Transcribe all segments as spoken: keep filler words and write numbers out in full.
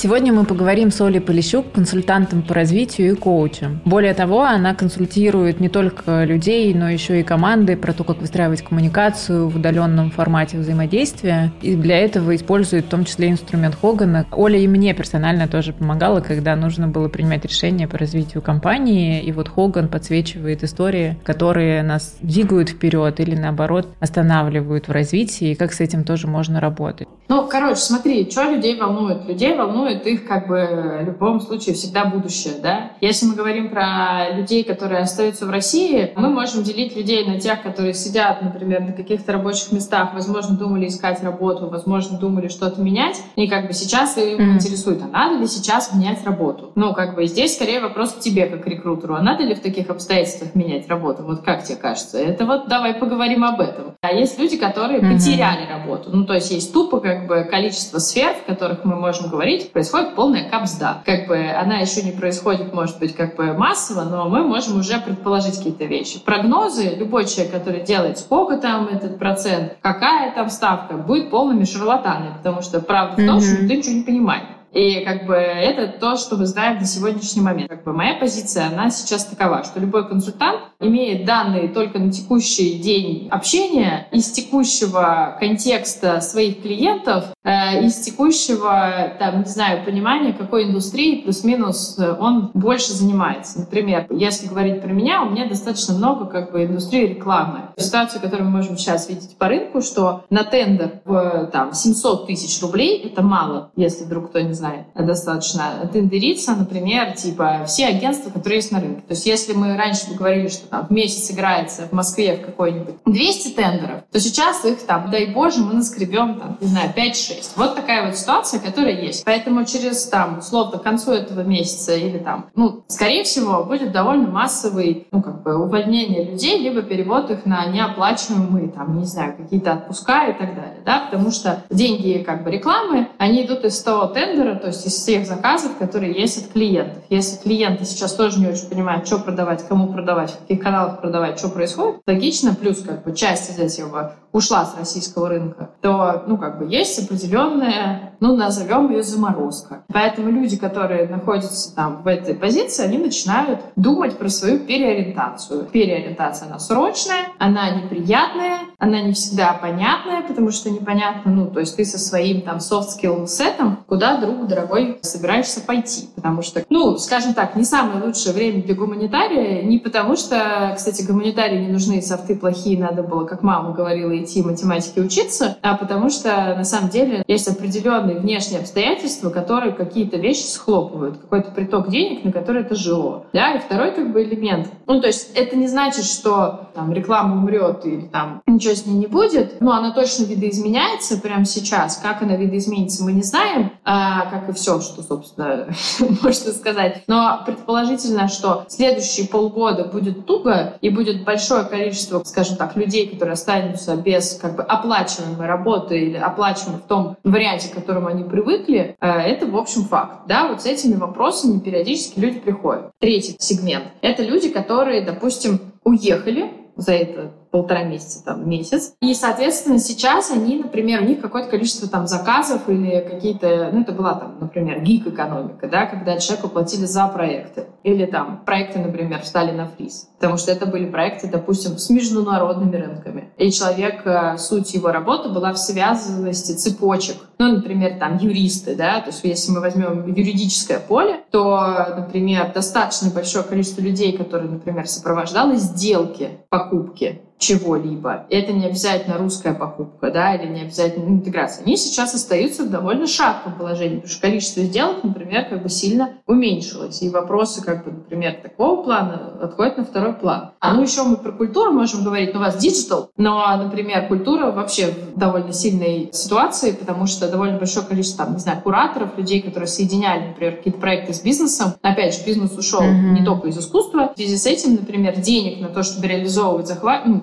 Сегодня мы поговорим с Олей Полищук, консультантом по развитию и коучем. Более того, она консультирует не только людей, но еще и команды про то, как выстраивать коммуникацию в удаленном формате взаимодействия. И для этого использует в том числе инструмент Хогана. Оля и мне персонально тоже помогала, когда нужно было принимать решения по развитию компании. И вот Хоган подсвечивает истории, которые нас двигают вперед или, наоборот, останавливают в развитии, и как с этим тоже можно работать. Ну, короче, смотри, что людей волнует? Людей волнует их, как бы, в любом случае всегда будущее, да? Если мы говорим про людей, которые остаются в России, мы можем делить людей на тех, которые сидят, например, на каких-то рабочих местах, возможно, думали искать работу, возможно, думали что-то менять, и как бы сейчас их mm. интересует, а надо ли сейчас менять работу? Ну, как бы здесь скорее вопрос к тебе, как к рекрутеру, а надо ли в таких обстоятельствах менять работу? Вот как тебе кажется? Это вот давай поговорим об этом. А есть люди, которые mm-hmm. потеряли работу. Ну, то есть есть тупо как бы количество сфер, в которых мы можем говорить, происходит полная капсда. Как бы она еще не происходит, может быть, как бы массово, но мы можем уже предположить какие-то вещи. Прогнозы, любой человек, который делает, сколько там этот процент, какая там ставка, будет полными шарлатанами, потому что правда в том, mm-hmm. что ты ничего не понимаешь. И как бы это то, что мы знаем на сегодняшний момент. Как бы моя позиция, она сейчас такова, что любой консультант имеет данные только на текущий день общения из текущего контекста своих клиентов, э, из текущего, там, не знаю, понимания, какой индустрии плюс-минус он больше занимается. Например, если говорить про меня, у меня достаточно много как бы индустрии рекламы. Ситуацию, которую мы можем сейчас видеть по рынку, что на тендер в там, семьсот тысяч рублей, это мало, если вдруг кто не знает, достаточно тендериться, например, типа все агентства, которые есть на рынке. То есть если мы раньше бы говорили, что там в месяц играется в Москве в какой-нибудь двести тендеров, то сейчас их там, дай боже, мы наскребем там, не знаю, пять-шесть. Вот такая вот ситуация, которая есть. Поэтому через там, условно, к концу этого месяца или там, ну, скорее всего, будет довольно массовый, ну, как бы увольнение людей, либо перевод их на неоплачиваемые, там, не знаю, какие-то отпуска и так далее, да, потому что деньги, как бы, рекламы, они идут из того тендера, то есть из всех заказов, которые есть от клиентов. Если клиенты сейчас тоже не очень понимают, что продавать, кому продавать, в каких каналах продавать, что происходит, логично, плюс как бы часть из этого ушла с российского рынка, то, ну, как бы есть определенная, ну, назовем ее заморозка. Поэтому люди, которые находятся там в этой позиции, они начинают думать про свою переориентацию. Переориентация, она срочная, она неприятная, она не всегда понятная, потому что непонятно, ну, то есть ты со своим там soft-skill-сетом куда, друг дорогой, собираешься пойти. Потому что, ну, скажем так, не самое лучшее время для гуманитария, не потому что, кстати, гуманитарии не нужны, софты плохие, надо было, как мама говорила, идти математике учиться, а потому что, на самом деле, есть определенные внешние обстоятельства, которые какие-то вещи схлопывают, какой-то приток денег, на который это жило. Да, и второй как бы элемент. Ну, то есть это не значит, что там реклама умрет или там ничего с ней не будет, но она точно видоизменяется прямо сейчас. Как она видоизменится, мы не знаем, а, как и все, что, собственно, можно сказать. Но предположительно, что следующие полгода будет туго и будет большое количество, скажем так, людей, которые останутся без как бы оплачиваемой работы или оплачиваемой в том варианте, к которому они привыкли, это, в общем, факт. Да, вот с этими вопросами периодически люди приходят. Третий сегмент — это люди, которые, допустим, уехали за это полтора месяца, там, месяц. И, соответственно, сейчас они, например, у них какое-то количество там заказов или какие-то, ну, это была там, например, гиг-экономика, да, когда человеку платили за проекты. Или там проекты, например, встали на фриз. Потому что это были проекты, допустим, с международными рынками. И человек, суть его работы была в связанности цепочек. Ну, например, там юристы, да, то есть если мы возьмем юридическое поле, то, например, достаточно большое количество людей, которые, например, сопровождало сделки, покупки чего-либо. Это не обязательно русская покупка, да, или не обязательно интеграция. Они сейчас остаются в довольно шатком положении, потому что количество сделок, например, как бы сильно уменьшилось. И вопросы, как бы, например, такого плана отходят на второй план. А ну еще мы про культуру можем говорить, ну, у вас диджитал, но, например, культура вообще в довольно сильной ситуации, потому что довольно большое количество, там, не знаю, кураторов, людей, которые соединяли, например, какие-то проекты с бизнесом. Опять же, бизнес ушел mm-hmm. не только из искусства. В связи с этим, например, денег на то, чтобы реализовывать захват, ну,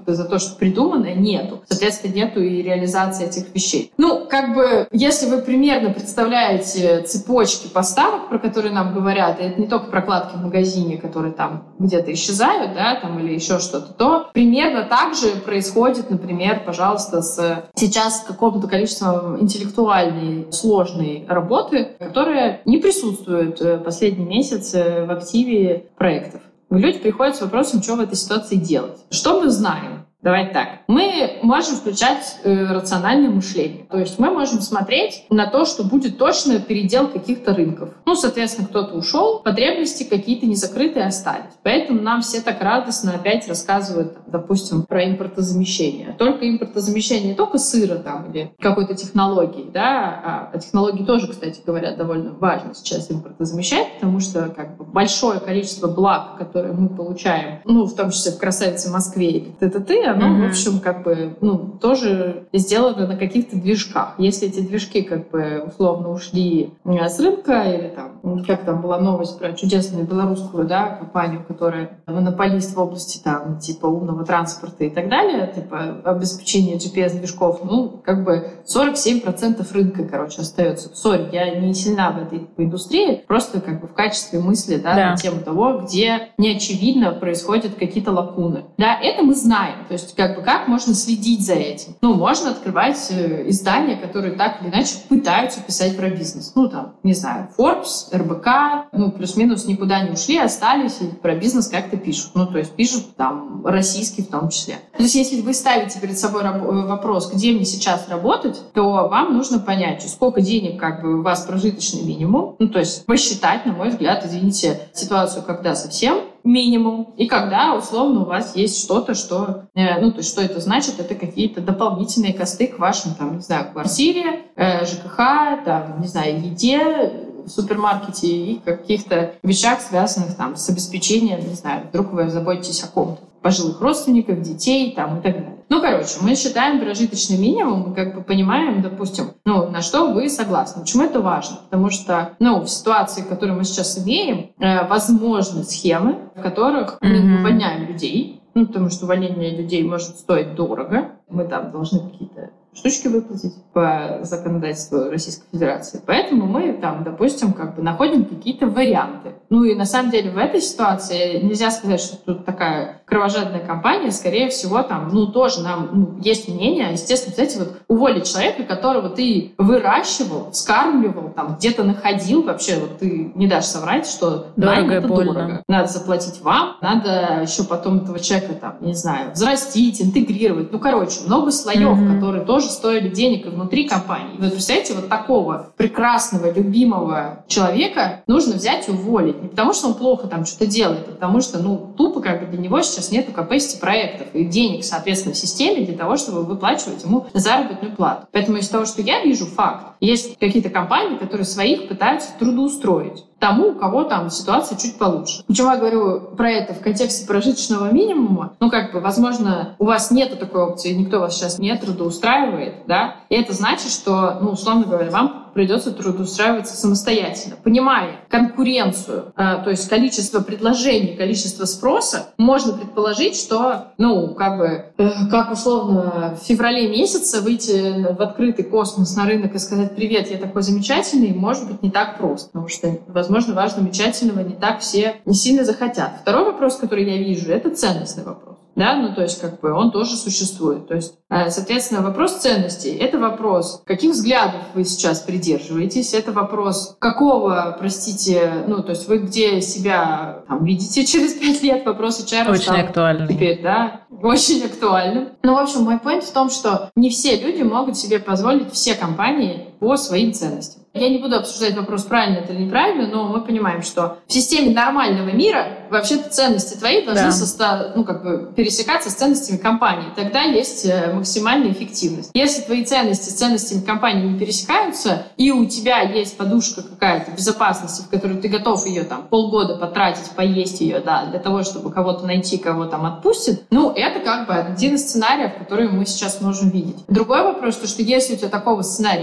за то, что придуманное, нету. Соответственно, нету и реализации этих вещей. Ну, как бы, если вы примерно представляете цепочки поставок, про которые нам говорят, и это не только прокладки в магазине, которые там где-то исчезают, да, там или еще что-то, то примерно так же происходит, например, пожалуйста, с сейчас каким-то количеством интеллектуальной сложной работы, которая не присутствует последний месяц в активе проектов. Люди приходят с вопросом, что в этой ситуации делать. Что мы знаем? Давайте так. Мы можем включать э, рациональное мышление. То есть мы можем смотреть на то, что будет точно передел каких-то рынков. Ну, соответственно, кто-то ушел, потребности какие-то незакрытые остались. Поэтому нам все так радостно опять рассказывают, допустим, про импортозамещение. Только импортозамещение не только сыра там или какой-то технологии, да, а технологии тоже, кстати говоря, довольно важно сейчас импортозамещать, потому что как бы большое количество благ, которые мы получаем, ну, в том числе в красавице Москве или т.т.т., оно, mm-hmm. в общем, как бы, ну, тоже сделано на каких-то движках. Если эти движки, как бы, условно ушли с рынка, или там, как там была новость про чудесную белорусскую, да, компанию, которая монополист в области, там, типа, умного транспорта и так далее, типа, обеспечения джи пи эс-движков, ну, как бы, сорок семь процентов рынка, короче, остается. Сори, я не сильна в этой индустрии, просто, как бы, в качестве мысли, да, да. на тему того, где неочевидно происходят какие-то лакуны. Да, это мы знаем. То есть, как бы, как можно следить за этим? Ну, можно открывать э, издания, которые так или иначе пытаются писать про бизнес. Ну, там, не знаю, Forbes, эр бэ ка, ну, плюс-минус никуда не ушли, остались и про бизнес как-то пишут. Ну, то есть, пишут там российский в том числе. То есть, если вы ставите перед собой раб- вопрос, где мне сейчас работать, то вам нужно понять, сколько денег, как бы, у вас прожиточный минимум. Ну, то есть, посчитать, на мой взгляд, извините, ситуацию, когда совсем минимум, и когда, условно, у вас есть что-то, что, э, ну, то есть, что это значит, это какие-то дополнительные косты к вашим, там, не знаю, квартире, э, жэ ка ха, там, не знаю, еде, в супермаркете и каких-то вещах, связанных там с обеспечением, не знаю, вдруг вы заботитесь о ком-то, пожилых родственников, детей там и так далее. Ну, короче, мы считаем прожиточный минимум, мы как бы понимаем, допустим, ну, на что вы согласны. Почему это важно? Потому что, ну, в ситуации, которую мы сейчас имеем, э, возможны схемы, в которых мы mm-hmm. увольняем людей, ну, потому что увольнение людей может стоить дорого, мы там должны какие-то штучки выплатить по законодательству Российской Федерации. Поэтому мы там, допустим, как бы находим какие-то варианты. Ну и на самом деле в этой ситуации нельзя сказать, что тут такая кровожадная компания. Скорее всего, там, ну, тоже нам ну, есть мнение. Естественно, кстати, вот уволить человека, которого ты выращивал, вскармливал, там, где-то находил, вообще, вот ты не дашь соврать, что дорого, это дорого. Надо заплатить вам, надо еще потом этого человека, там, не знаю, взрастить, интегрировать. Ну, короче, много слоев, mm-hmm. которые тоже стоили денег и внутри компании. И вот представляете, вот такого прекрасного, любимого человека нужно взять и уволить. Не потому, что он плохо там что-то делает, а потому что, ну, тупо как бы для него сейчас нету capacity проектов и денег, соответственно, в системе для того, чтобы выплачивать ему заработную плату. Поэтому из того, что я вижу, факт. Есть какие-то компании, которые своих пытаются трудоустроить тому, у кого там ситуация чуть получше. Почему я говорю про это в контексте прожиточного минимума? Ну, как бы, возможно, у вас нету такой опции, никто вас сейчас не трудоустраивает, да, и это значит, что, ну, условно говоря, вам придется трудоустраиваться самостоятельно. Понимая конкуренцию, э, то есть количество предложений, количество спроса, можно предположить, что, ну, как бы, э, как условно в феврале месяце выйти в открытый космос на рынок и сказать «Привет, я такой замечательный», может быть, не так просто, потому что, возможно, ваш замечательного не так все не сильно захотят. Второй вопрос, который я вижу, это ценностный вопрос. Да, ну то есть как бы он тоже существует. То есть, соответственно, вопрос ценностей — это вопрос, каких взглядов вы сейчас придерживаетесь, это вопрос, какого, простите, ну то есть вы где себя там, видите через пять лет, вопрос эйч ар очень стал актуальный. Теперь, да, очень актуальным. Ну, в общем, мой point в том, что не все люди могут себе позволить все компании по своим ценностям. Я не буду обсуждать вопрос, правильно это или неправильно, но мы понимаем, что в системе нормального мира вообще-то ценности твои должны да. соста- ну, как бы пересекаться с ценностями компании. Тогда есть максимальная эффективность. Если твои ценности с ценностями компании не пересекаются, и у тебя есть подушка какая-то безопасности, в которую ты готов ее там полгода потратить, поесть ее, да, для того, чтобы кого-то найти, кого там отпустит, ну, это как бы один из сценариев, которые мы сейчас можем видеть. Другой вопрос, то, что если у тебя такого сценария нету,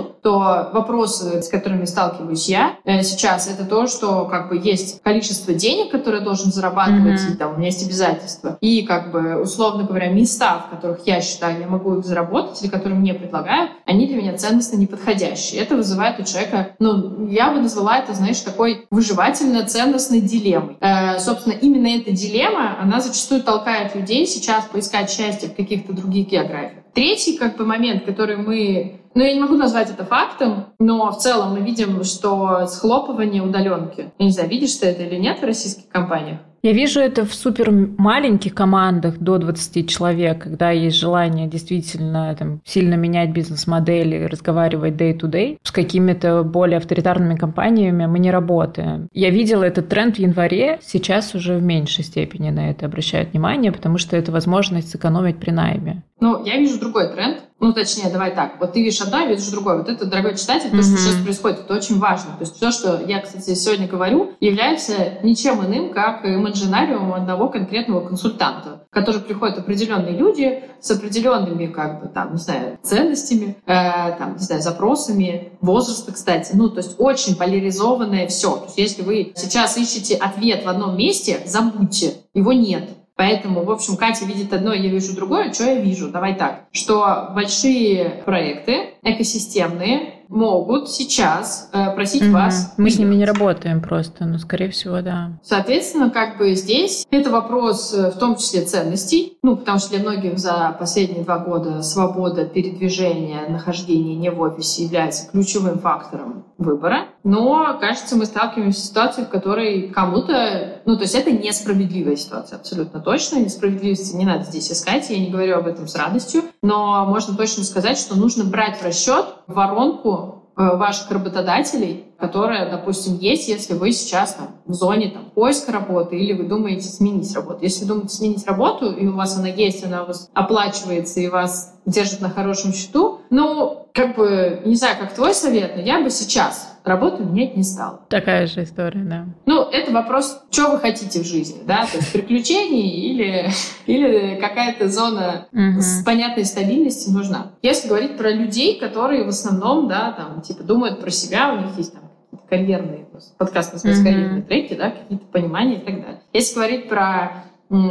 нету, то вопросы, с которыми сталкиваюсь я э, сейчас, это то, что как бы есть количество денег, которые должен зарабатывать, mm-hmm. и там у меня есть обязательства, и как бы, условно говоря, места, в которых я считаю, я могу их заработать, или которые мне предлагают, они для меня ценностно неподходящие. Это вызывает у человека, ну, я бы назвала это, знаешь, такой выживательно-ценностной дилеммой. Э, собственно, именно эта дилемма, она зачастую толкает людей сейчас поискать счастье в каких-то других географиях. Третий как бы момент, который мы... Ну, я не могу назвать это фактом, но в целом мы видим, что схлопывание удаленки. Я не знаю, видишь ты это или нет в российских компаниях? Я вижу это в супер маленьких командах до двадцати человек, когда есть желание действительно там, сильно менять бизнес-модели, разговаривать day-to-day. С какими-то более авторитарными компаниями мы не работаем. Я видела этот тренд в январе, сейчас уже в меньшей степени на это обращают внимание, потому что это возможность сэкономить при найме. Ну, я вижу другой тренд. Ну, точнее, давай так. Вот ты видишь одно, я вижу другое. Вот это, дорогой читатель, то, mm-hmm. что сейчас происходит, это очень важно. То есть все, что я, кстати, сегодня говорю, является ничем иным, как имаджинариумом одного конкретного консультанта, к которому приходят определенные люди с определенными, как бы, там, не знаю, ценностями, э, там, не знаю, запросами, возраста, кстати. Ну, то есть очень поляризованное все. То есть если вы сейчас ищете ответ в одном месте, забудьте, его нет. Поэтому, в общем, Катя видит одно, я вижу другое. Что я вижу? Давай так, что большие проекты, экосистемные, могут сейчас э, просить mm-hmm. вас... Мы с ними не работаем просто, но, скорее всего, да. Соответственно, как бы здесь это вопрос в том числе ценностей, ну, потому что для многих за последние два года свобода передвижения, нахождения не в офисе является ключевым фактором выбора. Но, кажется, мы сталкиваемся с ситуацией, в которой кому-то... Ну, то есть это несправедливая ситуация, абсолютно точно. Несправедливости не надо здесь искать, я не говорю об этом с радостью, но можно точно сказать, что нужно брать в расчет воронку ваших работодателей, которая, допустим, есть, если вы сейчас там, в зоне там, поиска работы или вы думаете сменить работу. Если вы думаете сменить работу, и у вас она есть, она у вас оплачивается и вас держит на хорошем счету, ну, как бы, не знаю, как твой совет, но я бы сейчас работу менять не стала. Такая же история, да. Ну, это вопрос, что вы хотите в жизни, да, то есть приключений или, или какая-то зона uh-huh. с понятной стабильностью нужна. Если говорить про людей, которые в основном, да, там, типа, думают про себя, у них есть там карьерные, подкаст называется uh-huh. карьерные треки, да, какие-то понимания и так далее. Если говорить про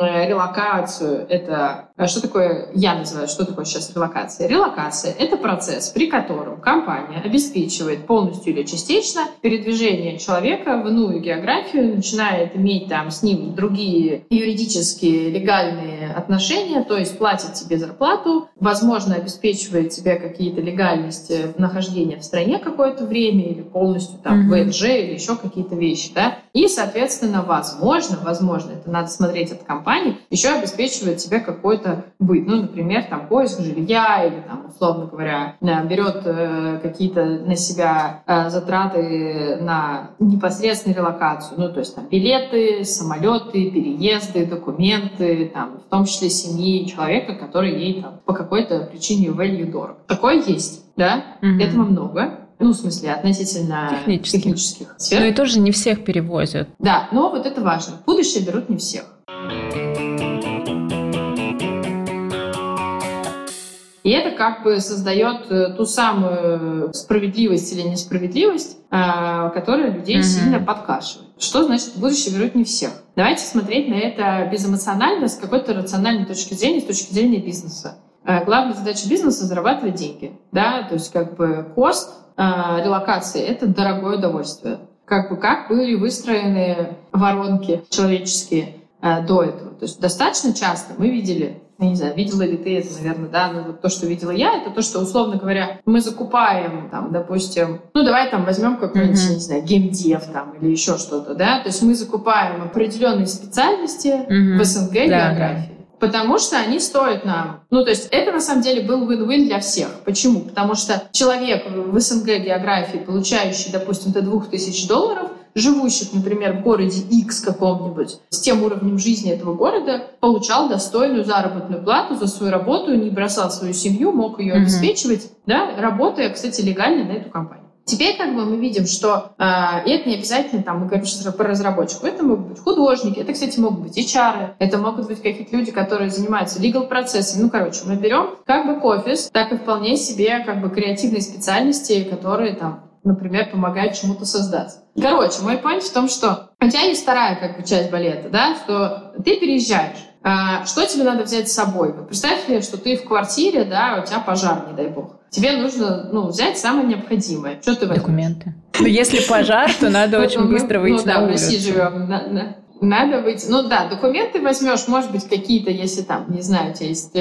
релокацию, это... Что такое, я называю, что такое сейчас релокация? Релокация — это процесс, при котором компания обеспечивает полностью или частично передвижение человека в иную географию, начинает иметь там с ним другие юридические, легальные отношения, то есть платит тебе зарплату, возможно, обеспечивает тебе какие-то легальности нахождения в стране какое-то время или полностью там mm-hmm. вэ джэ или еще какие-то вещи, да, и, соответственно, возможно, возможно, это надо смотреть от компании, еще обеспечивает тебе какой-то быт. Ну, например, там поиск жилья или, там, условно говоря, берет э, какие-то на себя э, затраты на непосредственную релокацию. Ну, то есть там билеты, самолеты, переезды, документы, там, в том числе семьи человека, который ей там, по какой-то причине value дорог. Такое есть, да? Mm-hmm. Этого много. Ну, в смысле, относительно технических, технических сфер. Но и тоже не всех перевозят. Да, но вот это важно. В будущее берут не всех. И это как бы создает ту самую справедливость или несправедливость, которая людей mm-hmm. сильно подкашивает. Что значит в будущее берут не всех? Давайте смотреть на это безэмоционально, с какой-то рациональной точки зрения, с точки зрения бизнеса. Главная задача бизнеса — зарабатывать деньги. Да? То есть как бы кост релокации — это дорогое удовольствие. Как бы как были выстроены воронки человеческие до этого. То есть достаточно часто мы видели, я не знаю, видела ли ты это, наверное, да, но вот то, что видела я, это то, что, условно говоря, мы закупаем, там, допустим, ну, давай там возьмем какой-нибудь, mm-hmm. не знаю, геймдев там или еще что-то, да, то есть мы закупаем определенные специальности mm-hmm. в СНГ да, географии. Да. Потому что они стоят нам. Ну, то есть это, на самом деле, был win-win для всех. Почему? Потому что человек в СНГ географии, получающий, допустим, до двух тысяч долларов, живущих, например, в городе X каком-нибудь, с тем уровнем жизни этого города, получал достойную заработную плату за свою работу, не бросал свою семью, мог ее mm-hmm. обеспечивать, да, работая, кстати, легально на эту компанию. Теперь как бы мы видим, что э, и это не обязательно, там, мы говорим сейчас про разработчиков, это могут быть художники, это, кстати, могут быть эйч ар, это могут быть какие-то люди, которые занимаются legal процессами. Ну, короче, мы берем как бэк-офис, так и вполне себе как бы креативные специальности, которые там, например, помогают чему-то создаться. Короче, мой point в том, что у тебя есть вторая как бы часть балета, да, что ты переезжаешь. А, что тебе надо взять с собой? Вот представь себе, что ты в квартире, да, у тебя пожар, не дай бог. Тебе нужно, ну, взять самое необходимое. Что ты возьмешь? Документы. Но если пожар, то надо очень быстро выйти на улицу. Ну да, в России живем. Надо выйти. Ну да, документы возьмешь, может быть, какие-то, если там, не знаю, у тебя есть...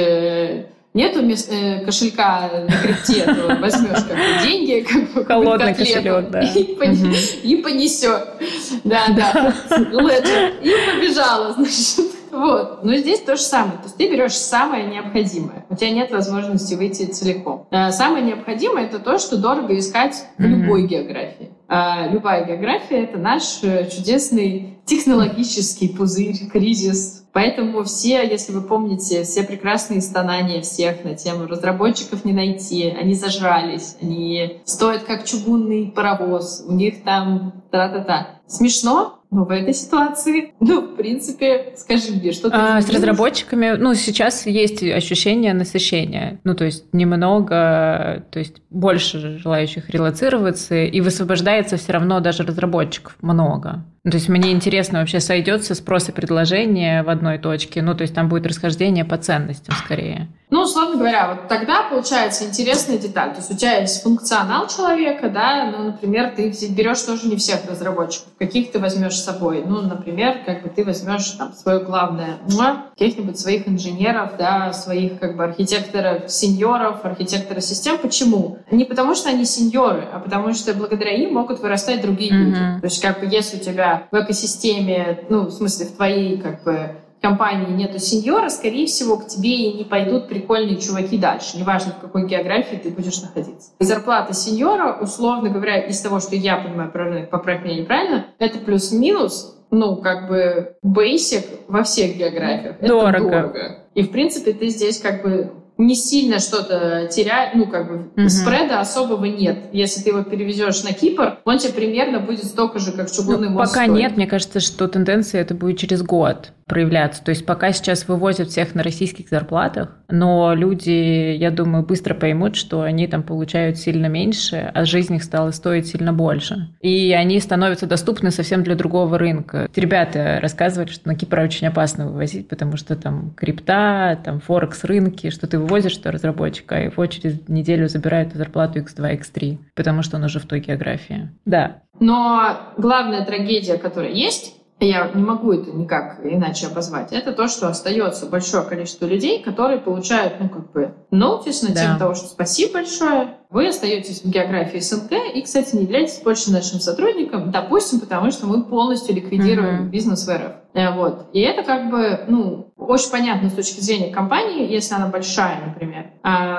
Нету кошелька на крипте, то возьмешь как бы деньги, как бы холодный кошелек, да. И, угу. и понесет. Да, да. Леджер. И побежала, значит. Вот. Но здесь то же самое. То есть ты берешь самое необходимое. У тебя нет возможности выйти целиком. Самое необходимое — это то, что дорого искать в любой географии. А любая география — это наш чудесный технологический пузырь, кризис. Поэтому все, если вы помните, все прекрасные стонания всех на тему разработчиков не найти, они зажрались, они стоят как чугунный паровоз, у них там та-та-та. Смешно? Но в этой ситуации, ну, в принципе, скажи мне, что ты... А, с разработчиками, ну, сейчас есть ощущение насыщения. Ну, то есть немного, то есть больше желающих релоцироваться, и высвобождается все равно даже разработчиков много. Ну, то есть мне интересно, вообще сойдется спрос и предложение в одной точке? Ну, то есть там будет расхождение по ценностям скорее. Ну, условно говоря, вот тогда получается интересная деталь. То есть у тебя есть функционал человека, да, ну, например, ты берешь тоже не всех разработчиков. Каких ты возьмешь с собой? Ну, например, как бы ты возьмешь там свое главное, каких-нибудь своих инженеров, да, своих как бы архитекторов, сеньоров, архитекторов систем. Почему? Не потому что они сеньоры, а потому что благодаря им могут вырастать другие mm-hmm. люди. То есть как бы если у тебя в экосистеме, ну, в смысле в твоей как бы компании нету сеньора, скорее всего, к тебе и не пойдут прикольные чуваки дальше. Неважно, в какой географии ты будешь находиться. Зарплата сеньора, условно говоря, из того, что я понимаю, правильно, поправь меня неправильно, это плюс-минус, ну, как бы, basic во всех географиях. Дорого. Это дорого. И, в принципе, ты здесь как бы не сильно что-то теряешь, ну, как бы, mm-hmm. спреда особого нет. Если ты его перевезешь на Кипр, он тебе примерно будет столько же, как чугунный ну, мост пока стоит. Нет, мне кажется, что тенденция это будет через год проявляться. То есть пока сейчас вывозят всех на российских зарплатах, но люди, я думаю, быстро поймут, что они там получают сильно меньше, а жизнь их стала стоить сильно больше. И они становятся доступны совсем для другого рынка. Ребята рассказывали, что на Кипр очень опасно вывозить, потому что там крипта, там форекс-рынки, что ты вывозишь что разработчика, а его через неделю забирают зарплату икс два, икс три, потому что он уже в той географии. Да. Но главная трагедия, которая есть, я не могу это никак иначе обозвать, это то, что остается большое количество людей, которые получают, ну, как бы, нотис на тему да. того, что спасибо большое, вы остаетесь в географии СНГ и, кстати, не являетесь больше нашим сотрудником, допустим, потому что мы полностью ликвидируем mm-hmm. бизнес в эр эф. Вот. И это как бы, ну, очень понятно с точки зрения компании, если она большая, например,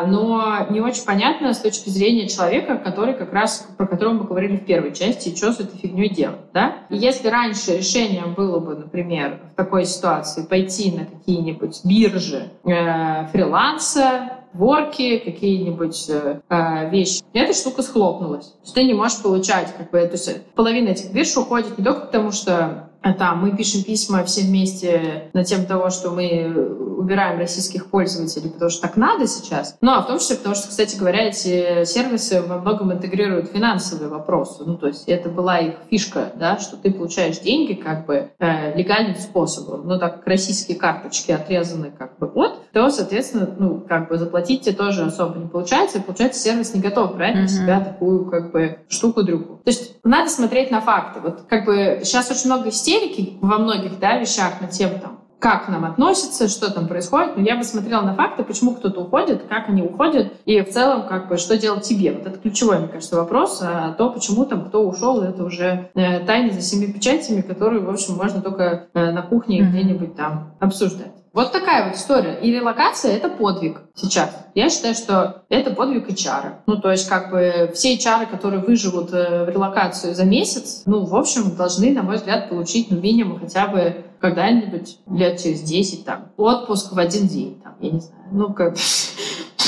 но не очень понятно с точки зрения человека, который как раз, про которого мы говорили в первой части, и что с этой фигней делать, да? И если раньше решением было бы, например, в такой ситуации пойти на какие-нибудь биржи э, фриланса, ворки, какие-нибудь э, вещи. И эта штука схлопнулась. То есть ты не можешь получать, как бы, то есть половина этих бирж уходит не только потому, что там мы пишем письма все вместе на тему того, что мы убираем российских пользователей, потому что так надо сейчас. Ну, а в том числе потому, что, кстати говоря, эти сервисы во многом интегрируют финансовые вопросы. Ну, то есть это была их фишка, да, что ты получаешь деньги как бы э, легальным способом. Но так как российские карточки отрезаны как бы от, то, соответственно, ну, как бы заплатить тебе тоже особо не получается, и получается, сервис не готов брать на себя такую как бы штуку-дрюку. То есть надо смотреть на факты. Вот как бы сейчас очень много истерики во многих, да, вещах на тему там, как к нам относятся, что там происходит. Но я бы смотрела на факты, почему кто-то уходит, как они уходят, и в целом, как бы, что делать тебе. Вот это ключевой, мне кажется, вопрос. А то, почему там кто ушел, это уже э, тайна за семи печатями, которые, в общем, можно только э, на кухне mm-hmm. где-нибудь там обсуждать. Вот такая вот история. И релокация — это подвиг сейчас. Я считаю, что это подвиг эйч ар. Ну, то есть, как бы, все эйч ар, которые выживут в релокацию за месяц, ну, в общем, должны, на мой взгляд, получить, ну, минимум хотя бы когда-нибудь лет через десять, там, отпуск в один день, там, я не знаю, ну, как...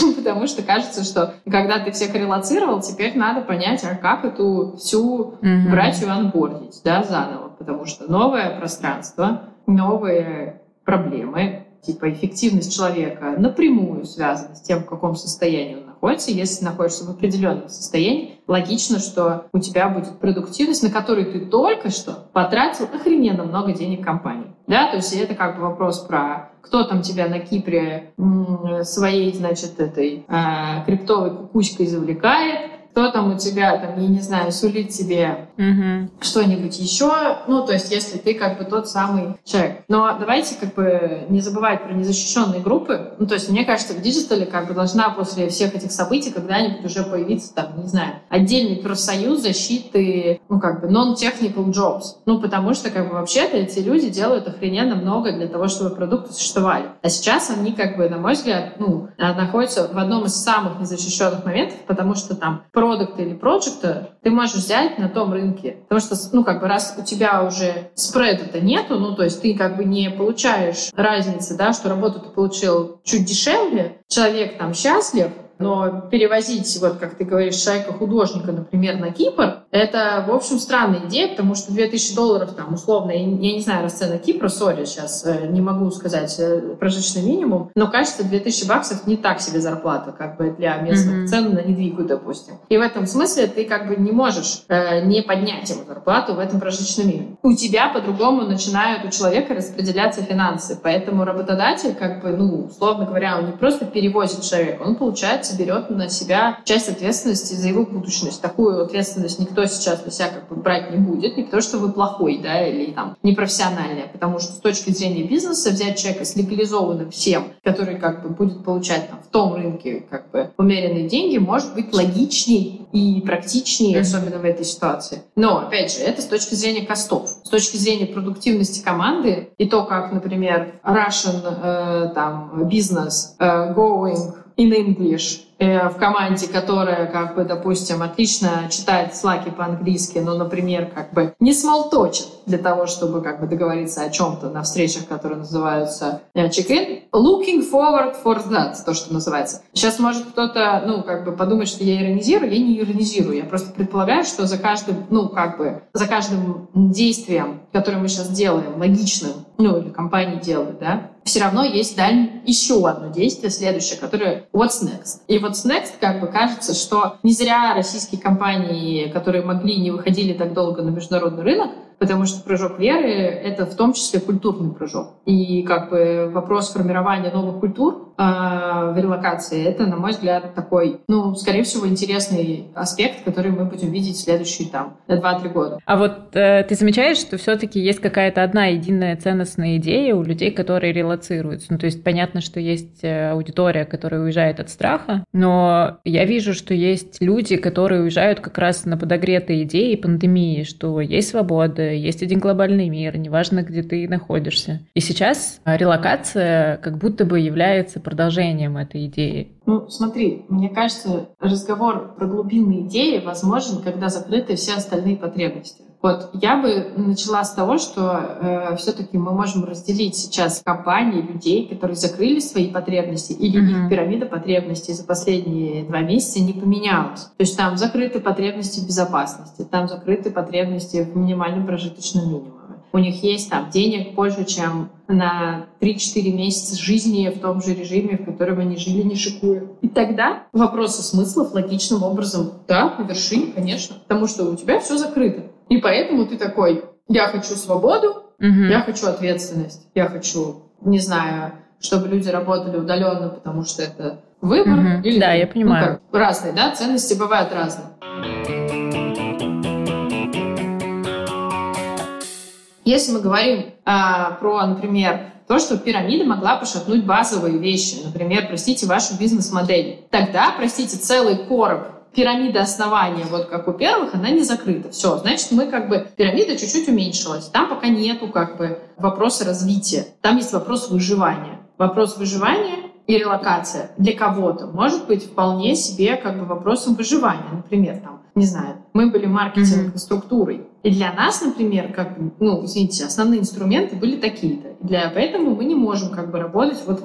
Потому что кажется, что когда ты всех релоцировал, теперь надо понять, а как эту всю mm-hmm. братью анбордить, да, заново. Потому что новое пространство, новые проблемы, типа эффективность человека напрямую связана с тем, в каком состоянии он находится. Если находишься в определенном состоянии, логично, что у тебя будет продуктивность, на которую ты только что потратил охрененно много денег компании. Да, то есть это как бы вопрос про кто там тебя на Кипре м- своей, значит, этой э, криптовой кукучкой завлекает, кто там у тебя, там, я не знаю, сулит тебе mm-hmm. что-нибудь еще. Ну, то есть, если ты как бы тот самый человек. Но давайте как бы не забывать про незащищенные группы. Ну, то есть, мне кажется, в диджитале как бы должна после всех этих событий когда-нибудь уже появиться, там, не знаю, отдельный профсоюз защиты, ну, как бы non-technical jobs. Ну, потому что как бы вообще-то эти люди делают охрененно много для того, чтобы продукты существовали. А сейчас они как бы, на мой взгляд, ну, находятся в одном из самых незащищенных моментов, потому что там продукта или проекта ты можешь взять на том рынке. Потому что, ну, как бы, раз у тебя уже спреда-то нету, ну, то есть ты как бы не получаешь разницы, да, что работу ты получил чуть дешевле, человек там счастлив, но перевозить, вот как ты говоришь, человека-художника, например, на Кипр, это, в общем, странная идея, потому что две тысячи долларов, там, условно, я, я не знаю расценок Кипра, сори, сейчас э, не могу сказать э, прожиточный минимум, но, кажется, две тысячи баксов не так себе зарплата, как бы для местных mm-hmm. цен на недвигу, допустим. И в этом смысле ты как бы не можешь э, не поднять ему зарплату в этом прожиточном минимуме. У тебя по-другому начинают у человека распределяться финансы, поэтому работодатель, как бы, ну, условно говоря, он не просто перевозит человека, он, получается, берет на себя часть ответственности за его будущность. Такую ответственность никто сейчас на себя как бы брать не будет, не потому что вы плохой, да, или там непрофессиональный, а потому что с точки зрения бизнеса взять человека с легализованным всем, который как бы будет получать там в том рынке как бы умеренные деньги, может быть логичней и практичнее, mm-hmm. особенно в этой ситуации. Но, опять же, это с точки зрения костов. С точки зрения продуктивности команды и то, как, например, Russian э, там, business э, going in English э, в команде, которая, как бы, допустим, отлично читает слаки по-английски, но, например, как бы не смолточит для того, чтобы как бы договориться о чем-то на встречах, которые называются э, check-in. Looking forward for that, то, что называется. Сейчас может кто-то, ну, как бы подумать, что я иронизирую. Я не иронизирую. Я просто предполагаю, что за каждым, ну, как бы, за каждым действием, которое мы сейчас делаем, логичным, ну, или компания делает, да, все равно есть даль... еще одно действие, следующее, которое what's next. И what's next, как бы кажется, что не зря российские компании, которые могли, не выходили так долго на международный рынок, потому что прыжок веры — это в том числе культурный прыжок. И как бы вопрос формирования новых культур э, в релокации — это, на мой взгляд, такой, ну, скорее всего, интересный аспект, который мы будем видеть в следующие там два-три года. А вот э, ты замечаешь, что все-таки есть какая-то одна единая ценностная идея у людей, которые релоцируются? Ну, то есть понятно, что есть аудитория, которая уезжает от страха, но я вижу, что есть люди, которые уезжают как раз на подогретой идее пандемии, что есть свобода, есть один глобальный мир, неважно, где ты находишься. И сейчас релокация как будто бы является продолжением этой идеи. Ну, смотри, мне кажется, разговор про глубинные идеи возможен, когда закрыты все остальные потребности. Вот я бы начала с того, что э, все-таки мы можем разделить сейчас компании, людей, которые закрыли свои потребности, или mm-hmm. их пирамида потребностей за последние два месяца не поменялась. То есть там закрыты потребности в безопасности, там закрыты потребности в минимальном прожиточном минимуме. У них есть там денег больше, чем на три-четыре месяца жизни в том же режиме, в котором они жили, не шикуя. И тогда вопросы смыслов логичным образом, да, на вершине, конечно, потому что у тебя все закрыто. И поэтому ты такой: я хочу свободу, угу. я хочу ответственность, я хочу, не знаю, чтобы люди работали удаленно, потому что это выбор. Угу. Или, да, я понимаю. Ну, как, разные, да, ценности бывают разные. Если мы говорим а, про, например, то, что пирамида могла пошатнуть базовые вещи, например, простите, вашу бизнес-модель, тогда, простите, целый короб пирамиды основания, вот как у первых, она не закрыта. Все, значит, мы как бы, пирамида чуть-чуть уменьшилась. Там пока нету как бы вопроса развития. Там есть вопрос выживания. Вопрос выживания и релокация для кого-то может быть вполне себе как бы вопросом выживания. Например, там, не знаю, мы были маркетинг-структурой. И для нас, например, как, ну, извините, основные инструменты были такие-то. И для, поэтому мы не можем как бы работать вот в этом.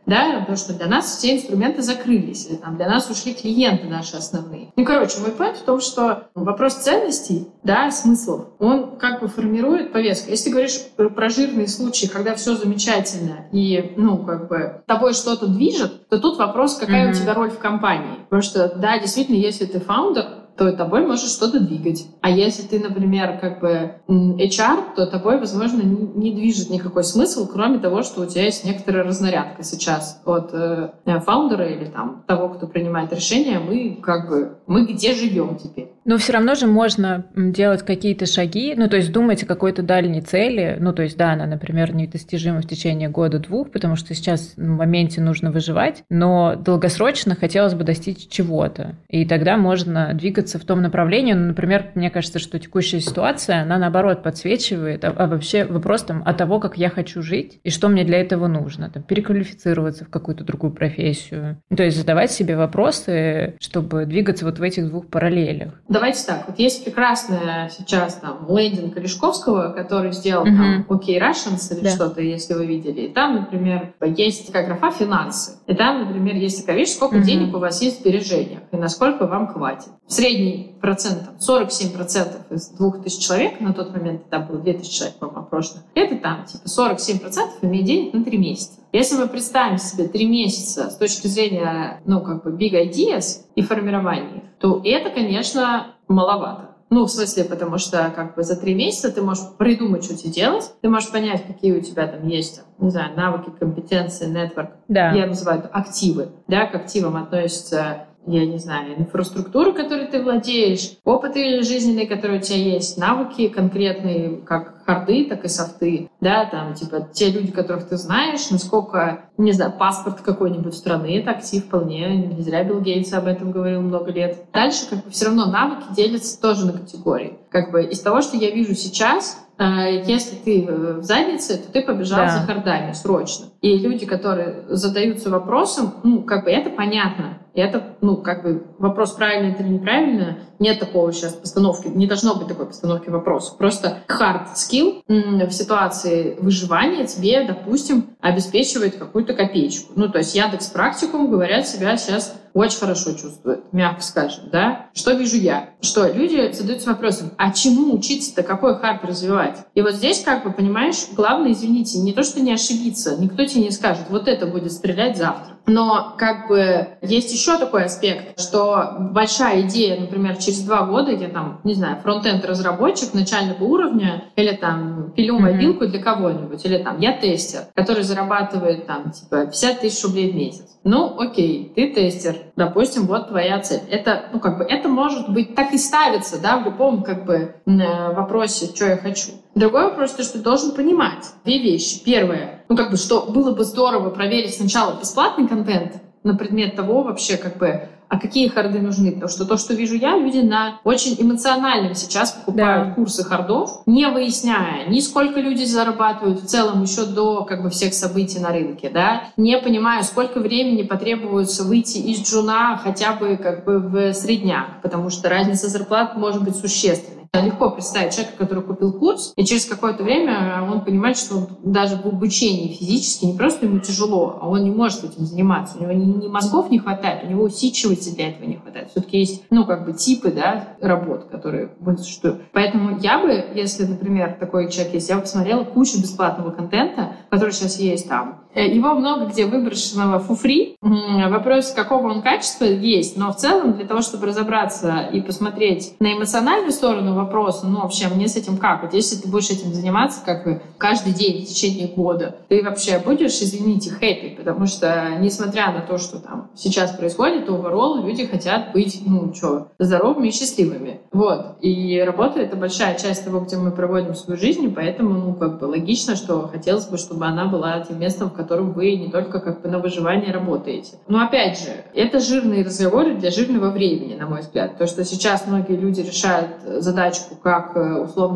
да, потому что для нас все инструменты закрылись, или там для нас ушли клиенты наши основные. Ну, короче, мой point в том, что вопрос ценностей, да, смыслов, он как бы формирует повестку. Если ты говоришь про жирные случаи, когда все замечательно и, ну, как бы тобой что-то движет, то тут вопрос, какая mm-hmm. у тебя роль в компании. Потому что, да, действительно, если ты фаундер, то тобой может что-то двигать. А если ты, например, как бы эйч ар, то тобой, возможно, не движет никакой смысл, кроме того, что у тебя есть некоторая разнарядка сейчас от э, фаундера или там того, кто принимает решения. Мы как бы, мы где живем теперь? Но все равно же можно делать какие-то шаги, ну, то есть думать о какой-то дальней цели. Ну, то есть, да, она, например, недостижима в течение года-двух, потому что сейчас в моменте нужно выживать, но долгосрочно хотелось бы достичь чего-то. И тогда можно двигаться в том направлении. Ну, например, мне кажется, что текущая ситуация, она, наоборот, подсвечивает, а, а вообще вопрос там о того, как я хочу жить и что мне для этого нужно. Там, переквалифицироваться в какую-то другую профессию. То есть задавать себе вопросы, чтобы двигаться вот в этих двух параллелях. Давайте так, вот есть прекрасная сейчас там лендинг Олешковского, который сделал uh-huh. там OK Russians или да. что-то, если вы видели. И там, например, есть такая графа «Финансы». И там, например, есть такая вещь, сколько uh-huh. денег у вас есть в сбережениях и насколько вам хватит. Средний процент, сорок семь процентов из двух тысяч человек, на тот момент там было две тысячи человек, по-моему, прошлых, это там типа сорок семь процентов имеет денег на три месяца. Если мы представим себе три месяца с точки зрения, ну, как бы big ideas и формирования, то это, конечно, маловато. Ну, в смысле, потому что как бы за три месяца ты можешь придумать, что тебе делать, ты можешь понять, какие у тебя там есть, не знаю, навыки, компетенции, нетворк. Да. Я называю это активы. Да, к активам относятся, я не знаю, инфраструктура, которой ты владеешь, опыт жизненный, который у тебя есть, навыки конкретные, как харды, так и софты, да, там, типа, те люди, которых ты знаешь, насколько, не знаю, паспорт какой-нибудь страны, это актив вполне, не зря Билл Гейтс об этом говорил много лет. Дальше, как бы, все равно навыки делятся тоже на категории. Как бы, из того, что я вижу сейчас, если ты в заднице, то ты побежал да. за хардами срочно. И люди, которые задаются вопросом, ну, как бы, это понятно. И это, ну, как бы, вопрос, правильно это или неправильно, нет такого сейчас постановки, не должно быть такой постановки вопроса. Просто hard skill в ситуации выживания тебе, допустим, обеспечивает какую-то копеечку. Ну, то есть Яндекс.Практикум, говорят, себя сейчас очень хорошо чувствует, мягко скажем, да? Что вижу я? Что люди задаются вопросом, а чему учиться-то, какой хард развивать? И вот здесь, как бы, понимаешь, главное, извините, не то, что не ошибиться, никто тебе не скажет, вот это будет стрелять завтра. Но, как бы, есть еще такой аспект, что большая идея, например, через два года я там, не знаю, фронт-энд-разработчик начального уровня, или там пилю мобилку mm-hmm. для кого-нибудь, или там я тестер, который зарабатывает там, типа, пятьдесят тысяч рублей в месяц. Ну, окей, ты тестер, допустим, вот твоя цель. Это, ну, как бы, это может быть так и ставится, да, в любом, как бы, вопросе, что я хочу. Другой вопрос, то, что ты должен понимать две вещи. Первое, ну, как бы, что было бы здорово проверить сначала бесплатный контент на предмет того вообще, как бы, а какие харды нужны? Потому что то, что вижу я, люди на очень эмоциональном сейчас покупают да. курсы хардов, не выясняя ни сколько люди зарабатывают в целом еще до, как бы, всех событий на рынке, да, не понимая, сколько времени потребуется выйти из джуна хотя бы, как бы, в средняк, потому что разница зарплат может быть существенной. Легко представить человека, который купил курс, и через какое-то время он понимает, что он даже в обучении физически не просто ему тяжело, а он не может этим заниматься. У него ни, ни мозгов не хватает, у него усидчивости для этого не хватает. Все-таки есть, ну, как бы, типы, да, работ, которые существуют. Поэтому я бы, если, например, такой человек есть, я бы посмотрела кучу бесплатного контента, который сейчас есть там. Его много где выброшенного for free. Вопрос, какого он качества, есть. Но в целом, для того, чтобы разобраться и посмотреть на эмоциональную сторону вопроса, ну, вообще, мне с этим как? Вот если ты будешь этим заниматься как бы каждый день в течение года, ты вообще будешь, извините, happy, потому что, несмотря на то, что там сейчас происходит, overall люди хотят быть, ну, что, здоровыми и счастливыми. Вот. И работа — это большая часть того, где мы проводим свою жизнь, и поэтому, ну, как бы логично, что хотелось бы, чтобы она была тем местом, в котором вы не только как бы на выживание работаете. Но опять же, это жирные разговоры для жирного времени, на мой взгляд. То, что сейчас многие люди решают задачку, как условно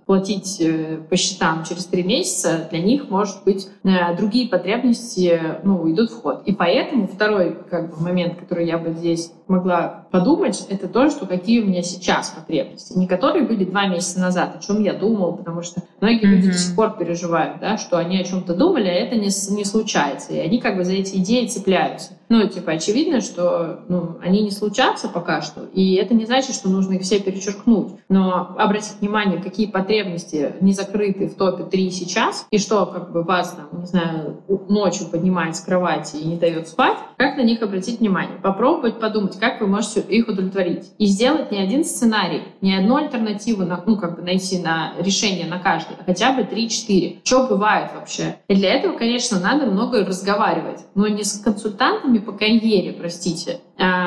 платить по счетам через три месяца, для них, может быть, другие потребности, ну, идут в ход. И поэтому второй, как бы, момент, который я бы здесь могла подумать, это то, что какие у меня сейчас потребности. Не которые были два месяца назад, о чем я думала, потому что многие mm-hmm. люди до сих пор переживают, да, что они о чем-то думали, а это не, не случается. И они как бы за эти идеи цепляются. Ну, типа, очевидно, что ну, они не случатся пока что, и это не значит, что нужно их все перечеркнуть. Но обратить внимание, какие потребности не закрыты в топе три сейчас, и что как бы вас, там, не знаю, ночью поднимает с кровати и не дает спать, как на них обратить внимание? Попробовать подумать, как вы можете их удовлетворить. И сделать не один сценарий, не одну альтернативу, на, ну, как бы найти на решение на каждый, а хотя бы три-четыре. Что бывает вообще? И для этого, конечно, надо много разговаривать, но не с консультантами по карьере, простите,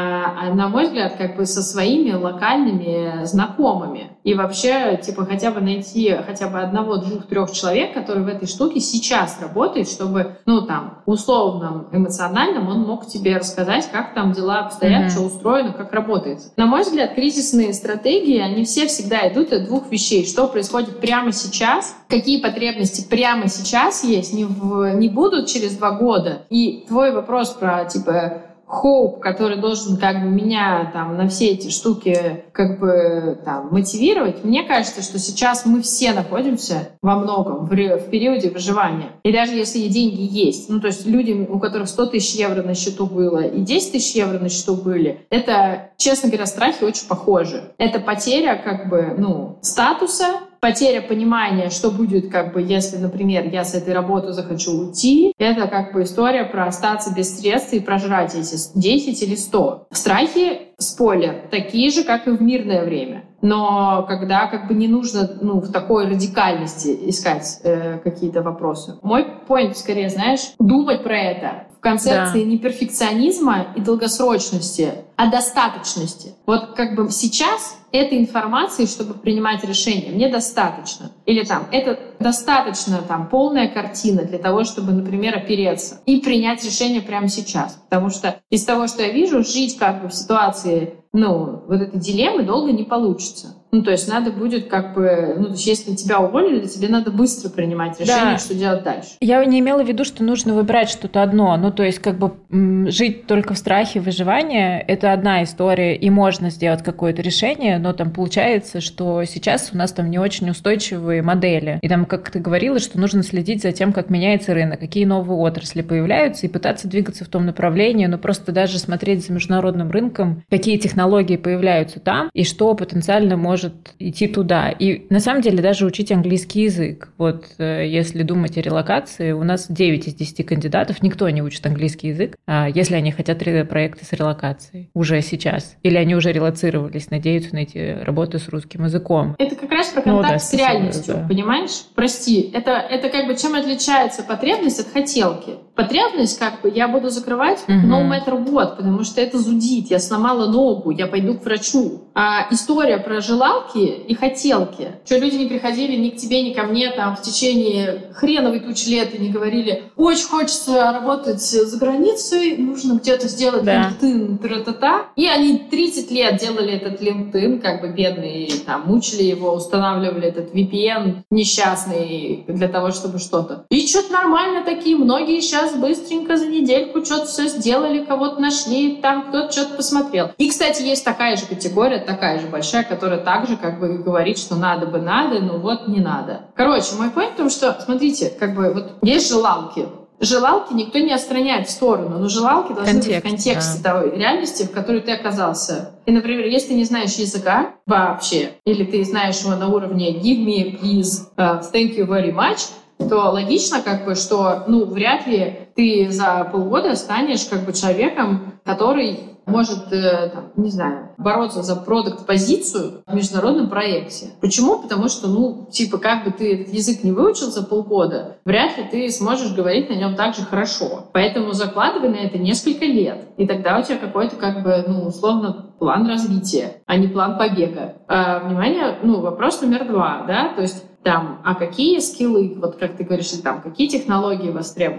а, на мой взгляд, как бы со своими локальными знакомыми. И вообще, типа, хотя бы найти хотя бы одного, двух, трех человек, которые в этой штуке сейчас работают, чтобы, ну, там, условном, эмоциональном он мог тебе рассказать, как там дела обстоят, mm-hmm. что устроено, как работает. На мой взгляд, кризисные стратегии, они все всегда идут от двух вещей. Что происходит прямо сейчас, какие потребности прямо сейчас есть, не, в, не будут через два года. И твой вопрос про, типа, хоуп, который должен как бы меня там на все эти штуки как бы там мотивировать, мне кажется, что сейчас мы все находимся во многом в, в периоде выживания. И даже если деньги есть, ну то есть люди, у которых сто тысяч евро на счету было и десять тысяч евро на счету были, это, честно говоря, страхи очень похожи. Это потеря как бы, ну, статуса, потеря понимания, что будет, как бы, если, например, я с этой работы захочу уйти. Это как бы история про остаться без средств и прожрать эти десять или сто. Страхи, спойлер, такие же, как и в мирное время. Но когда как бы не нужно ну, в такой радикальности искать э, какие-то вопросы. Мой поинт, скорее, знаешь, думать про это в концепции да. не перфекционизма и долгосрочности, а достаточности. Вот как бы сейчас этой информации, чтобы принимать решения, мне достаточно. Или там, это достаточно там полная картина для того, чтобы, например, опереться и принять решение прямо сейчас. Потому что из того, что я вижу, жить как бы в ситуации, ну, вот этой дилеммы долго не получится. Ну, то есть надо будет как бы... Ну, то есть если тебя уволили, тебе надо быстро принимать решение, да. что делать дальше. Я не имела в виду, что нужно выбирать что-то одно. Ну, то есть как бы м- жить только в страхе выживания — это одна история, и можно сделать какое-то решение, но там получается, что сейчас у нас там не очень устойчивые модели. И там, как ты говорила, что нужно следить за тем, как меняется рынок, какие новые отрасли появляются, и пытаться двигаться в том направлении, но просто даже смотреть за международным рынком, какие технологии появляются там, и что потенциально может может идти туда. И на самом деле даже учить английский язык. Вот если думать о релокации, у нас девять из десяти кандидатов, никто не учит английский язык, если они хотят проекты с релокацией уже сейчас. Или они уже релоцировались, надеются найти работу с русским языком. Это как раз про контакт ну, да, с реальностью, да. понимаешь? Прости, это, это как бы чем отличается потребность от хотелки? Потребность, как бы, я буду закрывать uh-huh. no matter what, потому что это зудит, я сломала ногу, я пойду к врачу. А история про желалки и хотелки, что люди не приходили ни к тебе, ни ко мне там в течение хреновой тучи лет и не говорили, очень хочется работать за границей, нужно где-то сделать да. LinkedIn, тра-та-та. И они тридцать лет делали этот LinkedIn, как бы бедные, там, мучили его, устанавливали этот ви пи эн несчастный для того, чтобы что-то. И что-то нормально такие, многие сейчас быстренько за недельку что-то все сделали, кого-то нашли, там кто-то что-то посмотрел. И, кстати, есть такая же категория, такая же большая, которая также как бы говорит, что надо бы надо, но вот не надо. Короче, мой point в том, что, смотрите, как бы вот есть желалки. Желалки никто не отстраняет в сторону, но желалки должны Контекст, быть в контексте да. той реальности, в которой ты оказался. И, например, если ты не знаешь языка вообще, или ты знаешь его на уровне give me, please, uh, thank you very much, то логично, как бы, что, ну, вряд ли ты за полгода станешь, как бы, человеком, который может, э, там, не знаю, бороться за продакт-позицию в международном проекте. Почему? Потому что, ну, типа, как бы ты этот язык не выучил за полгода, вряд ли ты сможешь говорить на нем так же хорошо. Поэтому закладывай на это несколько лет, и тогда у тебя какой-то, как бы, ну, условно, план развития, а не план побега. А, внимание, ну, вопрос номер два, да, то есть там, а какие скиллы, вот как ты говоришь, там, какие технологии востребованы?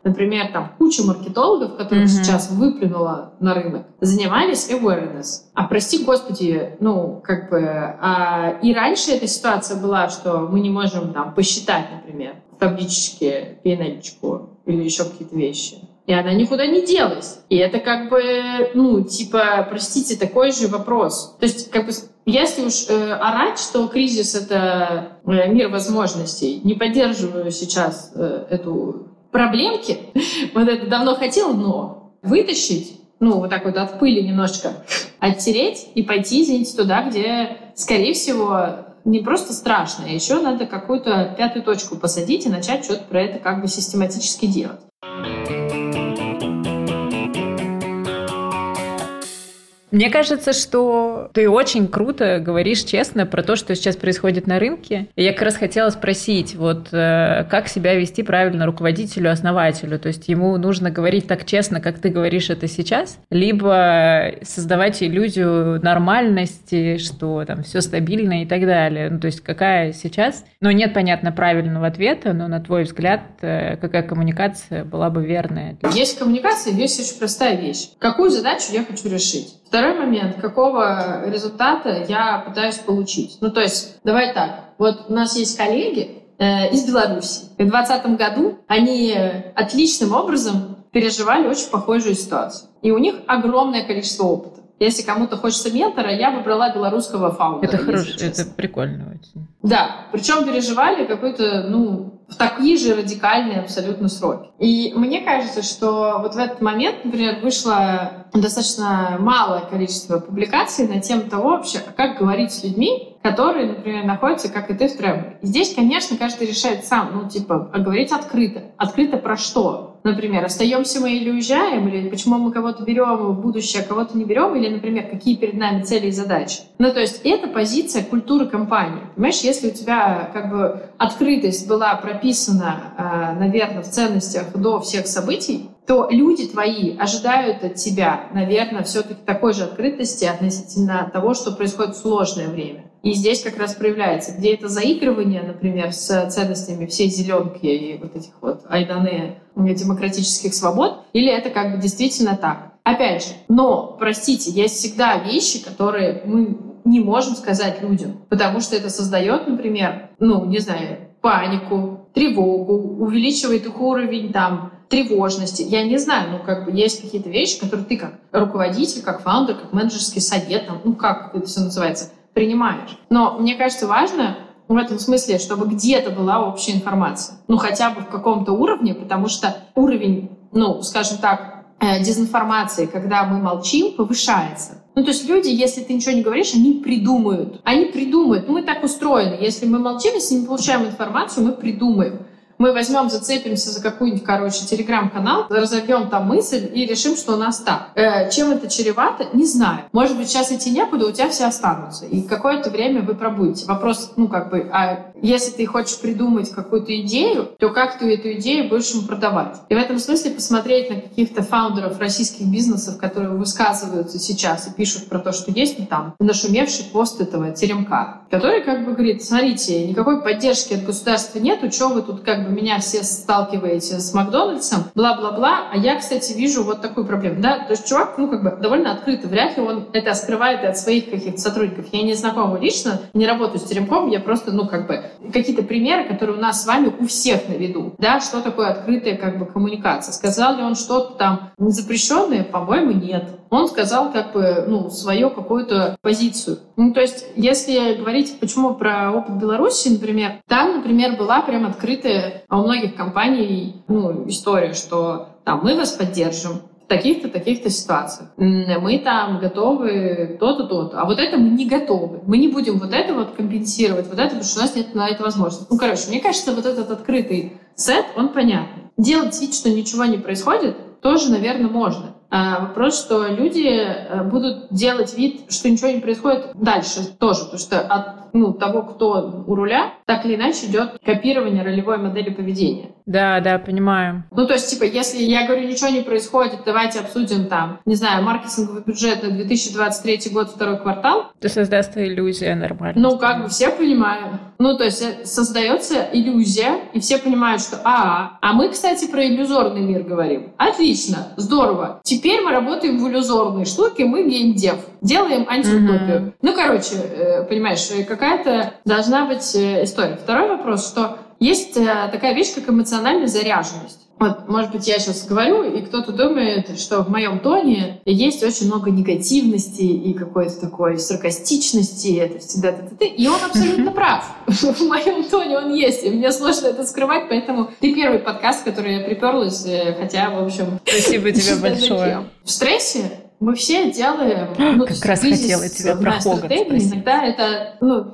например, там куча маркетологов, которых mm-hmm. сейчас выплюнула на рынок, занимались awareness. А прости господи, ну, как бы... А, и раньше эта ситуация была, что мы не можем там посчитать, например, в табличке пи эн эл-очку или еще какие-то вещи. И она никуда не делась. И это как бы, ну, типа, простите, такой же вопрос. То есть, как бы, если уж э, орать, что кризис — это э, мир возможностей, не поддерживаю сейчас э, эту проблемки, вот это давно хотела, но вытащить, ну, вот так вот от пыли немножечко оттереть и пойти, извините, туда, где, скорее всего, не просто страшно, а еще надо какую-то пятую точку посадить и начать что-то про это как бы систематически делать. Мне кажется, что ты очень круто говоришь честно про то, что сейчас происходит на рынке. И я как раз хотела спросить, вот как себя вести правильно руководителю, основателю? То есть ему нужно говорить так честно, как ты говоришь это сейчас, либо создавать иллюзию нормальности, что там все стабильно и так далее. Ну, то есть какая сейчас... Ну, нет, понятно, правильного ответа, но на твой взгляд, какая коммуникация была бы верная? Есть коммуникация, есть очень простая вещь. Какую задачу я хочу решить? Второй момент, какого результата я пытаюсь получить. Ну, то есть, давай так, вот у нас есть коллеги э, из Беларуси. В двадцатом году они отличным образом переживали очень похожую ситуацию. И у них огромное количество опыта. Если кому-то хочется ментора, я бы брала белорусского фаундера. Это хорошо, это прикольно очень. Да, причем переживали какой-то, ну, в такие же радикальные абсолютно сроки. И мне кажется, что вот в этот момент, например, вышло достаточно малое количество публикаций на тему того вообще, как говорить с людьми, которые, например, находятся, как и ты, в требованиях. И здесь, конечно, каждый решает сам, ну, типа, а говорить открыто. Открыто про что? Например, остаемся мы или уезжаем, или почему мы кого-то берем в будущее, а кого-то не берем, или, например, какие перед нами цели и задачи. Ну, то есть это позиция культуры компании. Понимаешь, если у тебя как бы открытость была прописана, наверное, в ценностях до всех событий, то люди твои ожидают от тебя, наверное, все-таки такой же открытости относительно того, что происходит в сложное время. И здесь как раз проявляется, где это заигрывание, например, с ценностями всей зеленки и вот этих вот айданы демократических свобод, или это как бы действительно так. Опять же, но, простите, есть всегда вещи, которые мы не можем сказать людям, потому что это создает, например, ну, не знаю, панику, тревогу, увеличивает их уровень там тревожности. Я не знаю, ну, как бы есть какие-то вещи, которые ты как руководитель, как фаундер, как менеджерский совет, там, ну, как это все называется, принимаешь. Но мне кажется, важно в этом смысле, чтобы где-то была общая информация. Ну, хотя бы в каком-то уровне, потому что уровень, ну, скажем так, дезинформации, когда мы молчим, повышается. Ну, то есть люди, если ты ничего не говоришь, они придумают. Они придумают. Ну, мы так устроены. Если мы молчим, если не получаем информацию, мы придумаем. Мы возьмем, зацепимся за какой-нибудь, короче, телеграм-канал, разовьем там мысль и решим, что у нас так. Э, чем это чревато, не знаю. Может быть, сейчас идти некуда, у тебя все останутся. И какое-то время вы пробудете. Вопрос, ну, как бы, а если ты хочешь придумать какую-то идею, то как ты эту идею будешь им продавать? И в этом смысле посмотреть на каких-то фаундеров российских бизнесов, которые высказываются сейчас и пишут про то, что есть, ну, там, нашумевший пост этого теремка, который как бы говорит, смотрите, никакой поддержки от государства нету, что вы тут как бы меня все сталкиваете с Макдональдсом, бла-бла-бла, а я, кстати, вижу вот такую проблему, да, то есть чувак, ну, как бы довольно открыто, вряд ли он это скрывает и от своих каких-то сотрудников. Я не знакома лично, не работаю с теремком, я просто, ну, как бы, какие-то примеры, которые у нас с вами у всех на виду, да, что такое открытая, как бы, коммуникация. Сказал ли он что-то там запрещенное? По-моему, нет. Он сказал, как бы, ну, свою какую-то позицию. Ну, то есть, если говорить, почему про опыт Беларуси, например, там, например, была прям открытая у многих компаний, ну, история, что там мы вас поддержим в таких-то, таких-то ситуациях. Мы там готовы то-то, то-то. А вот это мы не готовы. Мы не будем вот это вот компенсировать, вот это, потому что у нас нет на это возможности. Ну, короче, мне кажется, вот этот открытый сет, он понятный. Делать вид, что ничего не происходит, тоже, наверное, можно. А вопрос, что люди будут делать вид, что ничего не происходит дальше тоже, потому что от ну, того, кто у руля, так или иначе идет копирование ролевой модели поведения. Да, да, понимаю. Ну, то есть, типа, если я говорю, ничего не происходит, давайте обсудим там, не знаю, маркетинговый бюджет на две тысячи двадцать третий год, второй квартал. То создастся иллюзия нормальная. Ну, как бы все понимают. Ну, то есть создается иллюзия, и все понимают, что а, а мы, кстати, про иллюзорный мир говорим. Отлично, здорово. Теперь мы работаем в иллюзорной штуке, мы геймдев. Делаем антиутопию. Mm-hmm. Ну, короче, понимаешь, какая-то должна быть история. Второй вопрос, что есть такая вещь, как эмоциональная заряженность. Вот, может быть, я сейчас говорю, и кто-то думает, что в моем тоне есть очень много негативности и какой-то такой саркастичности, это всегда т-т-т. И он абсолютно прав. В моем тоне он есть, и мне сложно это скрывать, поэтому ты первый подкаст, в который я приперлась, хотя, в общем... Спасибо тебе большое. В стрессе мы все делаем... Ну, как раз хотела тебя про Хоган спросить. Иногда это... Ну,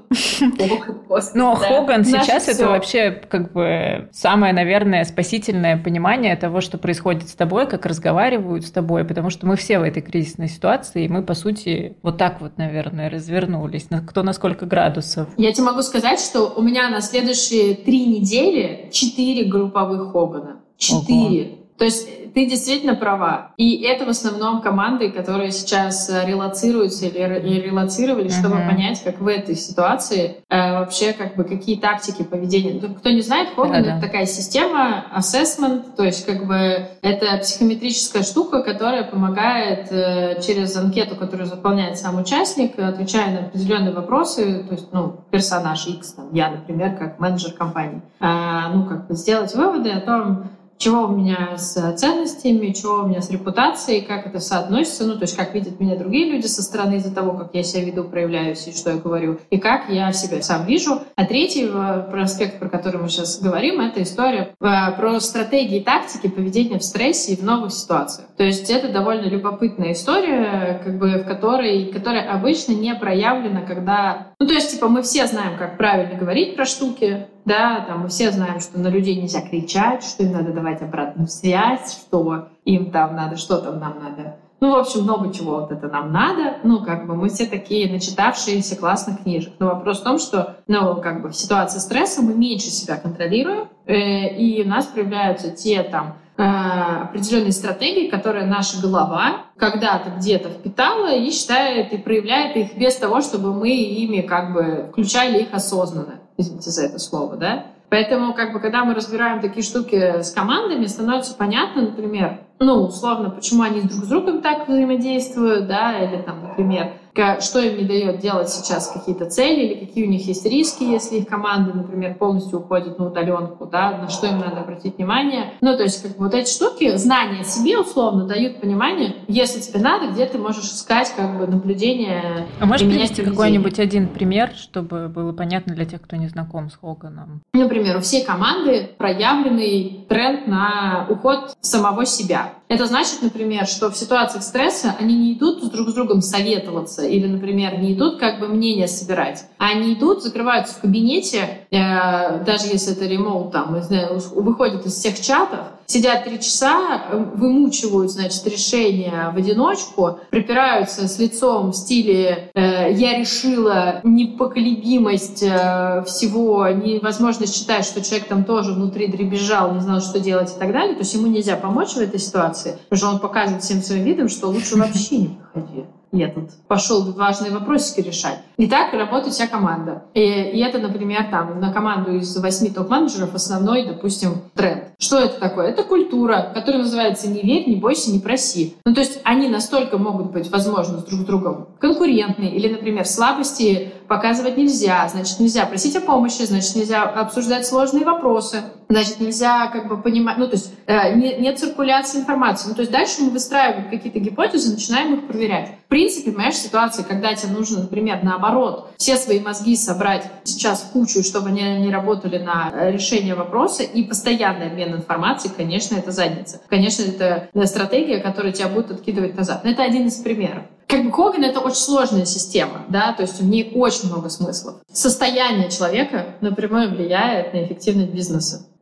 Но Хоган сейчас это вообще как бы самое, наверное, спасительное понимание того, что происходит с тобой, как разговаривают с тобой, потому что мы все в этой кризисной ситуации, и мы, по сути, вот так вот, наверное, развернулись. Кто на сколько градусов. Я тебе могу сказать, что у меня на следующие три недели четыре групповых Хогана. Четыре. Ого. То есть ты действительно права. И это в основном команды, которые сейчас релоцируются или релоцировали, uh-huh. чтобы понять, как в этой ситуации э, вообще как бы какие тактики поведения. Кто не знает, Хоган да, — это такая система assessment, то есть как бы это психометрическая штука, которая помогает э, через анкету, которую заполняет сам участник, отвечая на определенные вопросы, то есть, ну, персонаж X, там, я, например, как менеджер компании, э, ну, как бы сделать выводы о том, чего у меня с ценностями, чего у меня с репутацией, как это соотносится, ну, то есть как видят меня другие люди со стороны из-за того, как я себя веду, проявляюсь и что я говорю, и как я себя сам вижу. А третий аспект, про который мы сейчас говорим, это история про стратегии и тактики поведения в стрессе и в новых ситуациях. То есть это довольно любопытная история, как бы, в которой, которая обычно не проявлена, когда... Ну, то есть, типа, мы все знаем, как правильно говорить про штуки, да, там мы все знаем, что на людей нельзя кричать, что им надо давать обратную связь, что им там надо, что там нам надо. Ну, в общем, много чего вот это нам надо. Ну, как бы мы все такие начитавшиеся классных книжек. Но вопрос в том, что, ну, как бы в ситуации стресса мы меньше себя контролируем, э, и у нас проявляются те там определенные стратегии, которые наша голова когда-то где-то впитала и считает и проявляет их без того, чтобы мы ими как бы включали их осознанно. Извините за это слово, да? Поэтому, как бы, когда мы разбираем такие штуки с командами, становится понятно, например, ну, условно, почему они друг с другом так взаимодействуют, да, или там, например, что им не дает делать сейчас какие-то цели, или какие у них есть риски, если их команда, например, полностью уходит на удаленку, да, на что им надо обратить внимание. Ну, то есть, как бы, вот эти штуки, знания о себе, условно, дают понимание, если тебе надо, где ты можешь искать, как бы, наблюдение. А можешь привести какой-нибудь один пример, чтобы было понятно для тех, кто не знаком с Хоганом? Например, у всей команды проявленный тренд на уход самого себя. Это значит, например, что в ситуациях стресса они не идут друг с другом советоваться или, например, не идут как бы мнения собирать, а они идут, закрываются в кабинете, э, даже если это ремоут, там, не знаю, выходят из всех чатов, сидят три часа, вымучивают, значит, решение в одиночку, припираются с лицом в стиле э, «я решила», непоколебимость э, всего, невозможность считать, что человек там тоже внутри дребезжал, не знал, что делать и так далее. То есть ему нельзя помочь в этой ситуации, потому что он показывает всем своим видом, что лучше вообще не приходи. Я тут пошел важные вопросики решать. И так работает вся команда. И, и это, например, там, на команду из восьми топ-менеджеров основной, допустим, тренд. Что это такое? Это культура, которая называется «не верь, не бойся, не проси». Ну, то есть они настолько могут быть, возможно, с друг с другом конкурентны. Или, например, слабости показывать нельзя. Значит, нельзя просить о помощи, значит, нельзя обсуждать сложные вопросы. Значит, нельзя как бы понимать... Ну, то есть э, нет, нет циркуляции информации. Ну, то есть дальше мы выстраиваем какие-то гипотезы, начинаем их проверять. В принципе, понимаешь, ситуация, когда тебе нужно, например, наоборот, все свои мозги собрать сейчас в кучу, чтобы они не работали на решение вопроса, и постоянный обмен информацией, конечно, это задница. Конечно, это стратегия, которая тебя будет откидывать назад. Но это один из примеров. Как бы Хоган — это очень сложная система, да, то есть в ней очень много смыслов. Состояние человека напрямую влияет на эффективность бизнеса.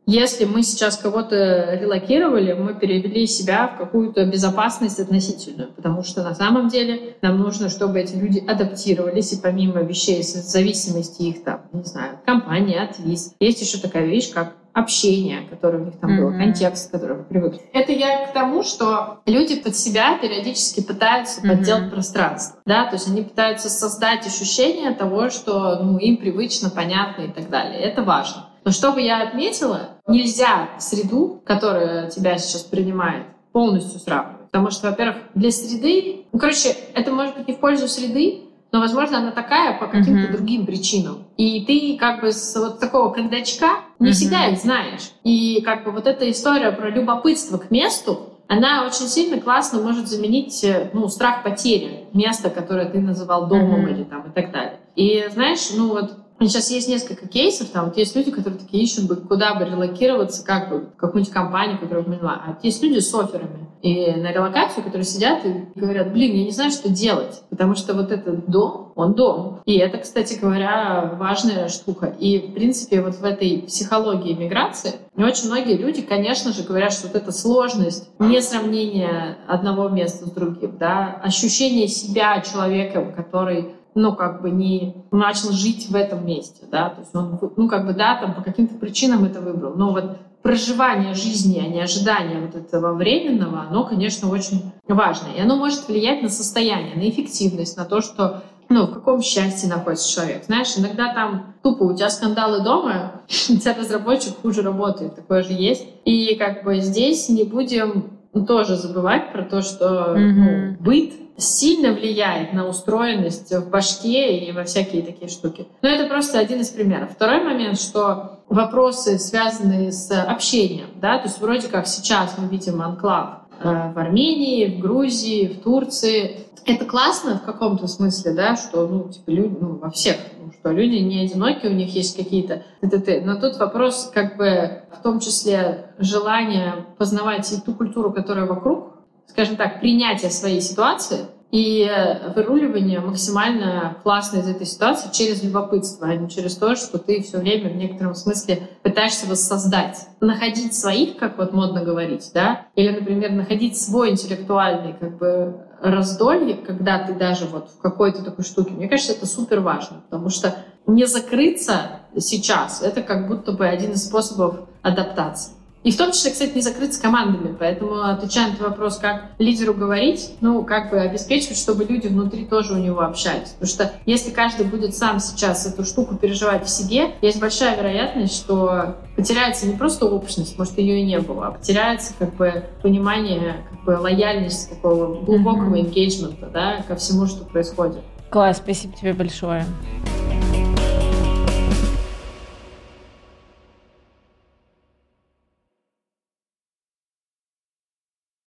Если мы сейчас кого-то релокировали, мы перевели себя в какую-то безопасность относительную, потому что на самом деле нам нужно, чтобы эти люди адаптировались, и помимо вещей, в зависимости их там, не знаю, от компании, от виз, есть еще такая вещь, как общение, которое у них там mm-hmm. было, контекст, к которому привыкли. Это я к тому, что люди под себя периодически пытаются mm-hmm. подделать пространство, да, то есть они пытаются создать ощущение того, что ну, им привычно, понятно и так далее. Это важно. Но что бы я отметила, нельзя среду, которая тебя сейчас принимает, полностью сравнивать. Потому что, во-первых, для среды... Ну, короче, это может быть не в пользу среды, но, возможно, она такая по каким-то mm-hmm. другим причинам. И ты как бы с вот такого кондачка не mm-hmm. всегда их знаешь. И как бы вот эта история про любопытство к месту, она очень сильно классно может заменить ну, страх потери места, которое ты называл домом mm-hmm. или там и так далее. И знаешь, ну вот сейчас есть несколько кейсов, там вот есть люди, которые такие ищут, бы, куда бы релокироваться, как бы, в какую-нибудь компанию, которую я поняла. А есть люди с офферами и на релокацию, которые сидят и говорят, блин, я не знаю, что делать, потому что вот этот дом, он дом. И это, кстати говоря, важная штука. И, в принципе, вот в этой психологии миграции очень многие люди, конечно же, говорят, что вот эта сложность, не сравнение одного места с другим, да, ощущение себя человеком, который ну, как бы не начал жить в этом месте, да, то есть он, ну, как бы, да, там по каким-то причинам это выбрал, но вот проживание жизни, а не ожидание вот этого временного, оно, конечно, очень важно, и оно может влиять на состояние, на эффективность, на то, что, ну, в каком счастье находится человек. Знаешь, иногда там тупо у тебя скандалы дома, у тебя разработчик хуже работает, такое же есть, и как бы здесь не будем тоже забывать про то, что mm-hmm. ну, быт сильно влияет на устроенность в башке и во всякие такие штуки. Но это просто один из примеров. Второй момент, что вопросы, связанные с общением, да, то есть вроде как сейчас мы видим анклав э, в Армении, в Грузии, в Турции. Это классно в каком-то смысле, да, что, ну, типа, люди, ну, во всех, ну, что люди не одиноки, у них есть какие-то т.т.т. Но тут вопрос, как бы, в том числе желание познавать и ту культуру, которая вокруг, скажем так, принятие своей ситуации и выруливание максимально классно из этой ситуации через любопытство, а не через то, что ты все время в некотором смысле пытаешься воссоздать. Находить своих, как вот модно говорить, да, или, например, находить свой интеллектуальный, как бы, раздолье, когда ты даже вот в какой-то такой штуке. Мне кажется, это супер важно, потому что не закрыться сейчас — это как будто бы один из способов адаптации. И в том числе, кстати, не закрыться командами. Поэтому, отвечая на твой вопрос, как лидеру говорить, ну, как бы обеспечивать, чтобы люди внутри тоже у него общались. Потому что если каждый будет сам сейчас эту штуку переживать в себе, есть большая вероятность, что потеряется не просто общность, может, ее и не было, а потеряется как бы понимание, как бы лояльность такого глубокого engagement, да, ко всему, что происходит. Класс, спасибо тебе большое.